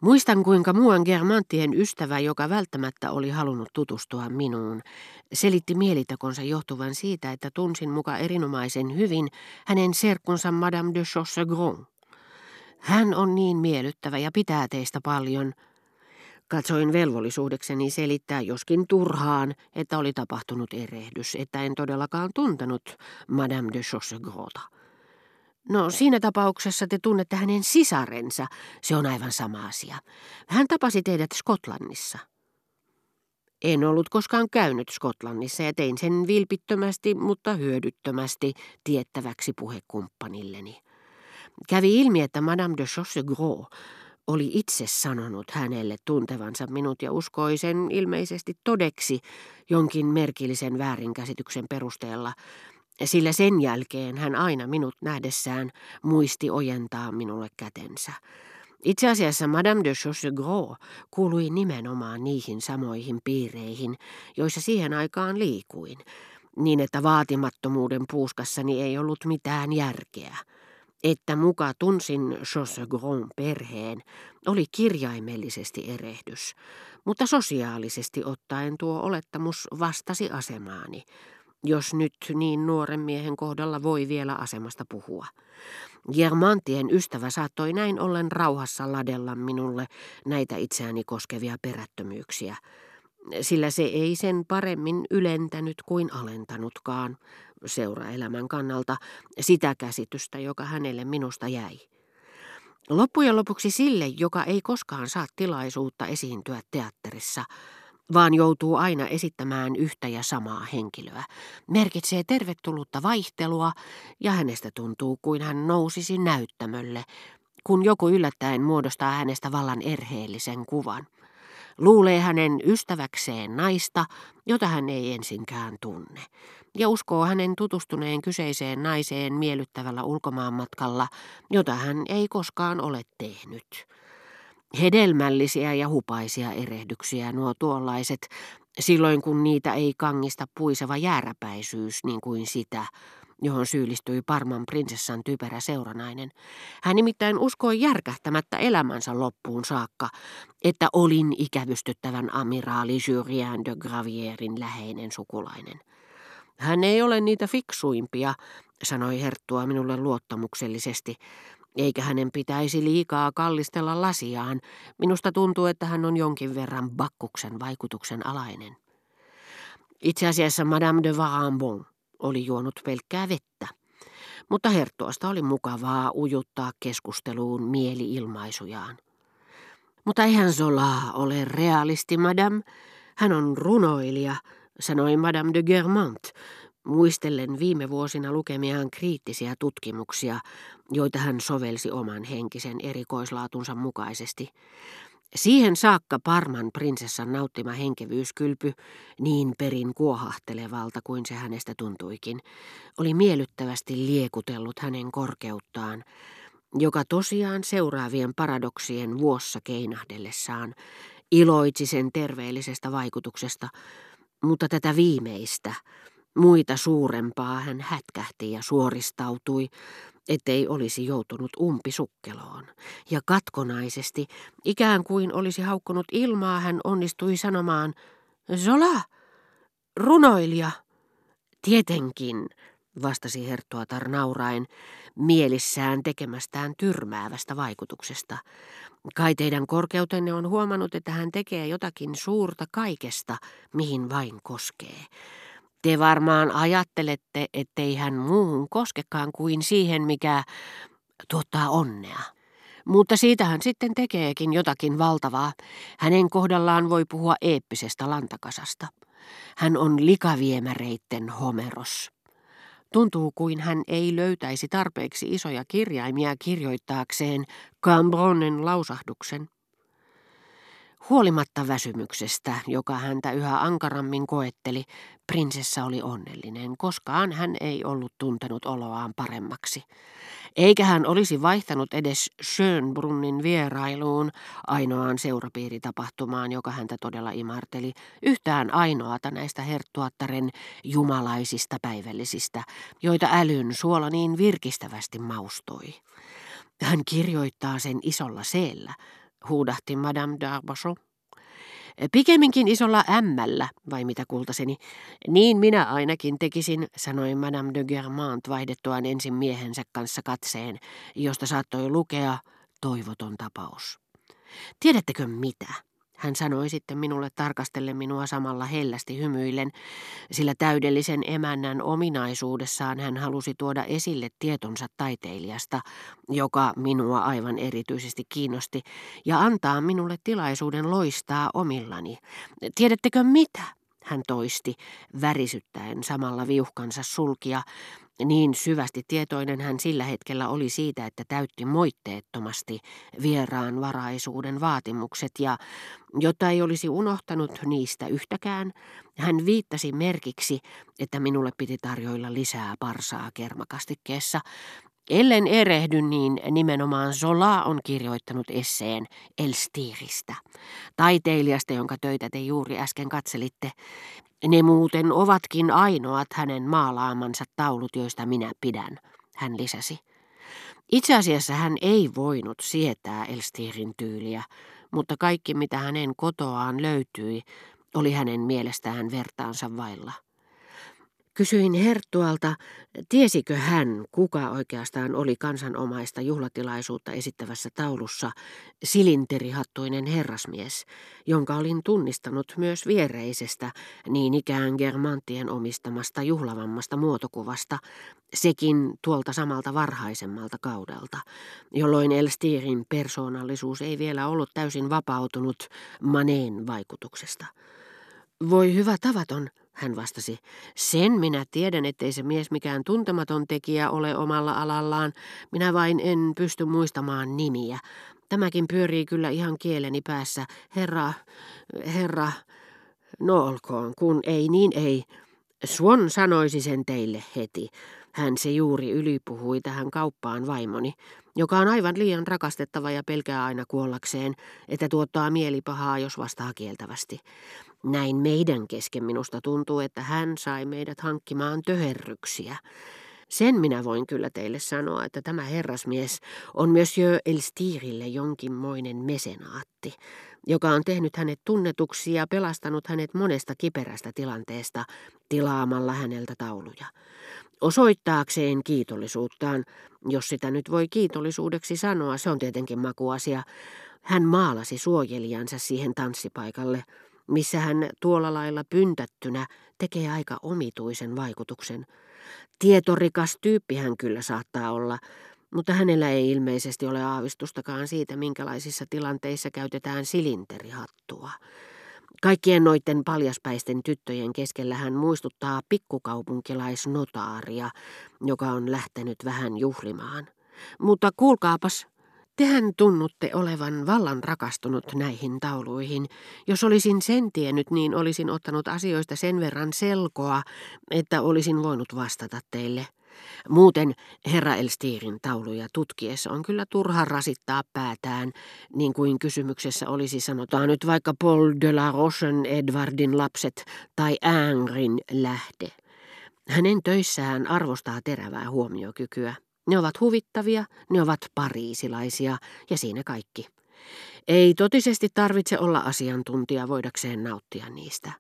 Muistan, kuinka muuan Guermanty'n ystävä, joka välttämättä oli halunnut tutustua minuun, selitti mielitekonsa johtuvan siitä, että tunsin muka erinomaisen hyvin hänen serkkunsa Madame de Chaussegron. Hän on niin miellyttävä ja pitää teistä paljon. Katsoin velvollisuudekseni selittää joskin turhaan, että oli tapahtunut erehdys, että en todellakaan tuntenut Madame de Chaussegrota. No, siinä tapauksessa te tunnette hänen sisarensa, se on aivan sama asia. Hän tapasi teidät Skotlannissa. En ollut koskaan käynyt Skotlannissa ja tein sen vilpittömästi, mutta hyödyttömästi tiettäväksi puhekumppanilleni. Kävi ilmi, että Madame de Chaussegros oli itse sanonut hänelle tuntevansa minut ja uskoi sen ilmeisesti todeksi jonkin merkillisen väärinkäsityksen perusteella, sillä sen jälkeen hän aina minut nähdessään muisti ojentaa minulle kätensä. Itse asiassa Madame de Chaussegros kuului nimenomaan niihin samoihin piireihin, joissa siihen aikaan liikuin, niin että vaatimattomuuden puuskassani ei ollut mitään järkeä. Että muka tunsin Chaussegron perheen oli kirjaimellisesti erehdys, mutta sosiaalisesti ottaen tuo olettamus vastasi asemaani, jos nyt niin nuoren miehen kohdalla voi vielä asemasta puhua. Guermanty'n ystävä saattoi näin ollen rauhassa ladella minulle näitä itseäni koskevia perättömyyksiä, sillä se ei sen paremmin ylentänyt kuin alentanutkaan seuraelämän kannalta sitä käsitystä, joka hänelle minusta jäi. Loppujen lopuksi sille, joka ei koskaan saa tilaisuutta esiintyä teatterissa, vaan joutuu aina esittämään yhtä ja samaa henkilöä, merkitsee tervetullutta vaihtelua ja hänestä tuntuu kuin hän nousisi näyttämölle, kun joku yllättäen muodostaa hänestä vallan erheellisen kuvan. Luulee hänen ystäväkseen naista, jota hän ei ensinkään tunne, ja uskoo hänen tutustuneen kyseiseen naiseen miellyttävällä ulkomaanmatkalla, jota hän ei koskaan ole tehnyt. Hedelmällisiä ja hupaisia erehdyksiä nuo tuollaiset, silloin kun niitä ei kangista puiseva jääräpäisyys niin kuin sitä, johon syyllistyi Parman prinsessan typerä seuranainen. Hän nimittäin uskoi järkähtämättä elämänsä loppuun saakka, että olin ikävystyttävän amiraali Julien de Gravierin läheinen sukulainen. Hän ei ole niitä fiksuimpia, sanoi herttua minulle luottamuksellisesti, eikä hänen pitäisi liikaa kallistella lasiaan. Minusta tuntuu, että hän on jonkin verran Bakkuksen vaikutuksen alainen. Itse asiassa Madame de Varambon oli juonut pelkkää vettä, mutta herttuasta oli mukavaa ujuttaa keskusteluun mieli-ilmaisujaan. Mutta eihän Zola ole realisti, madame. Hän on runoilija, sanoi Madame de Guermantes, muistellen viime vuosina lukemiaan kriittisiä tutkimuksia, joita hän sovelsi oman henkisen erikoislaatunsa mukaisesti. Siihen saakka Parman prinsessan nauttima henkevyyskylpy, niin perin kuohahtelevalta kuin se hänestä tuntuikin, oli miellyttävästi liekutellut hänen korkeuttaan, joka tosiaan seuraavien paradoksien vuossa keinahdellessaan iloitsi sen terveellisestä vaikutuksesta, mutta tätä viimeistä, muita suurempaa hän hätkähti ja suoristautui, ettei olisi joutunut umpisukkeloon. Ja katkonaisesti, ikään kuin olisi haukkunut ilmaa, hän onnistui sanomaan, Zola, runoilija. Tietenkin, vastasi herttuatar nauraen, mielissään tekemästään tyrmäävästä vaikutuksesta. Kai teidän korkeutenne on huomannut, että hän tekee jotakin suurta kaikesta, mihin vain koskee. Te varmaan ajattelette, ettei hän muuhun koskekaan kuin siihen, mikä tuottaa onnea. Mutta siitä hän sitten tekeekin jotakin valtavaa. Hänen kohdallaan voi puhua eeppisestä lantakasasta. Hän on likaviemäreitten Homeros. Tuntuu kuin hän ei löytäisi tarpeeksi isoja kirjaimia kirjoittaakseen Cambronen lausahduksen. Huolimatta väsymyksestä, joka häntä yhä ankarammin koetteli, prinsessa oli onnellinen, koskaan hän ei ollut tuntenut oloaan paremmaksi. Eikä hän olisi vaihtanut edes Schönbrunnin vierailuun, ainoaan seurapiiritapahtumaan, joka häntä todella imarteli, yhtään ainoata näistä herttuattaren jumalaisista päivällisistä, joita älyn suola niin virkistävästi maustoi. Hän kirjoittaa sen isolla seellä, huudahti Madame d'Arbochon. Pikemminkin isolla ämmällä, vai mitä kultaseni? Niin minä ainakin tekisin, sanoi Madame de Guermantes vaihdettuaan ensin miehensä kanssa katseen, josta saattoi lukea toivoton tapaus. Tiedättekö mitä? Hän sanoi sitten minulle tarkastellen minua samalla hellästi hymyillen, sillä täydellisen emännän ominaisuudessaan hän halusi tuoda esille tietonsa taiteilijasta, joka minua aivan erityisesti kiinnosti, ja antaa minulle tilaisuuden loistaa omillani. Tiedättekö mitä? Hän toisti, värisyttäen samalla viuhkansa sulkia. Niin syvästi tietoinen hän sillä hetkellä oli siitä, että täytti moitteettomasti vieraanvaraisuuden vaatimukset ja, jotta ei olisi unohtanut niistä yhtäkään, hän viittasi merkiksi, että minulle piti tarjoilla lisää parsaa kermakastikkeessa. Ellen erehdy, niin nimenomaan Zola on kirjoittanut esseen Elstiristä, taiteilijasta, jonka töitä te juuri äsken katselitte. Ne muuten ovatkin ainoat hänen maalaamansa taulut, joista minä pidän, hän lisäsi. Itse asiassa hän ei voinut sietää Elstirin tyyliä, mutta kaikki mitä hänen kotoaan löytyi, oli hänen mielestään vertaansa vailla. Kysyin Herttualta, tiesikö hän, kuka oikeastaan oli kansanomaista juhlatilaisuutta esittävässä taulussa silinterihattuinen herrasmies, jonka olin tunnistanut myös viereisestä, niin ikään Guermantsien omistamasta juhlavammasta muotokuvasta, sekin tuolta samalta varhaisemmalta kaudelta, jolloin Elstirin persoonallisuus ei vielä ollut täysin vapautunut Manet'n vaikutuksesta. Voi hyvä tavaton, hän vastasi. Sen minä tiedän, ettei se mies mikään tuntematon tekijä ole omalla alallaan. Minä vain en pysty muistamaan nimiä. Tämäkin pyörii kyllä ihan kieleni päässä. Herra, no olkoon, kun ei niin ei. Swan sanoisi sen teille heti. Hän se juuri ylipuhui tähän kauppaan vaimoni, joka on aivan liian rakastettava ja pelkää aina kuollakseen, että tuottaa mielipahaa, jos vastaa kieltävästi. Näin meidän kesken minusta tuntuu, että hän sai meidät hankkimaan töherryksiä. Sen minä voin kyllä teille sanoa, että tämä herrasmies on Monsieur Elstirille jonkinmoinen mesenaatti, joka on tehnyt hänet tunnetuksi ja pelastanut hänet monesta kiperästä tilanteesta tilaamalla häneltä tauluja. Osoittaakseen kiitollisuuttaan, jos sitä nyt voi kiitollisuudeksi sanoa, se on tietenkin makuasia, hän maalasi suojelijansa siihen tanssipaikalle, missä hän tuolla lailla pyntättynä tekee aika omituisen vaikutuksen. Tietorikas tyyppi hän kyllä saattaa olla, mutta hänellä ei ilmeisesti ole aavistustakaan siitä, minkälaisissa tilanteissa käytetään silinterihattua. Kaikkien noiden paljaspäisten tyttöjen keskellä hän muistuttaa pikkukaupunkilaisnotaaria, joka on lähtenyt vähän juhlimaan. Mutta kuulkaapas, tehän tunnutte olevan vallan rakastunut näihin tauluihin. Jos olisin sen tiennyt, niin olisin ottanut asioista sen verran selkoa, että olisin voinut vastata teille. Muuten herra Elstirin tauluja tutkiessa on kyllä turha rasittaa päätään, niin kuin kysymyksessä olisi sanotaan nyt vaikka Paul de la Rochen Edwardin lapset tai Ingrin lähde. Hänen töissään arvostaa terävää huomiokykyä. Ne ovat huvittavia, ne ovat pariisilaisia ja siinä kaikki. Ei totisesti tarvitse olla asiantuntija voidakseen nauttia niistä.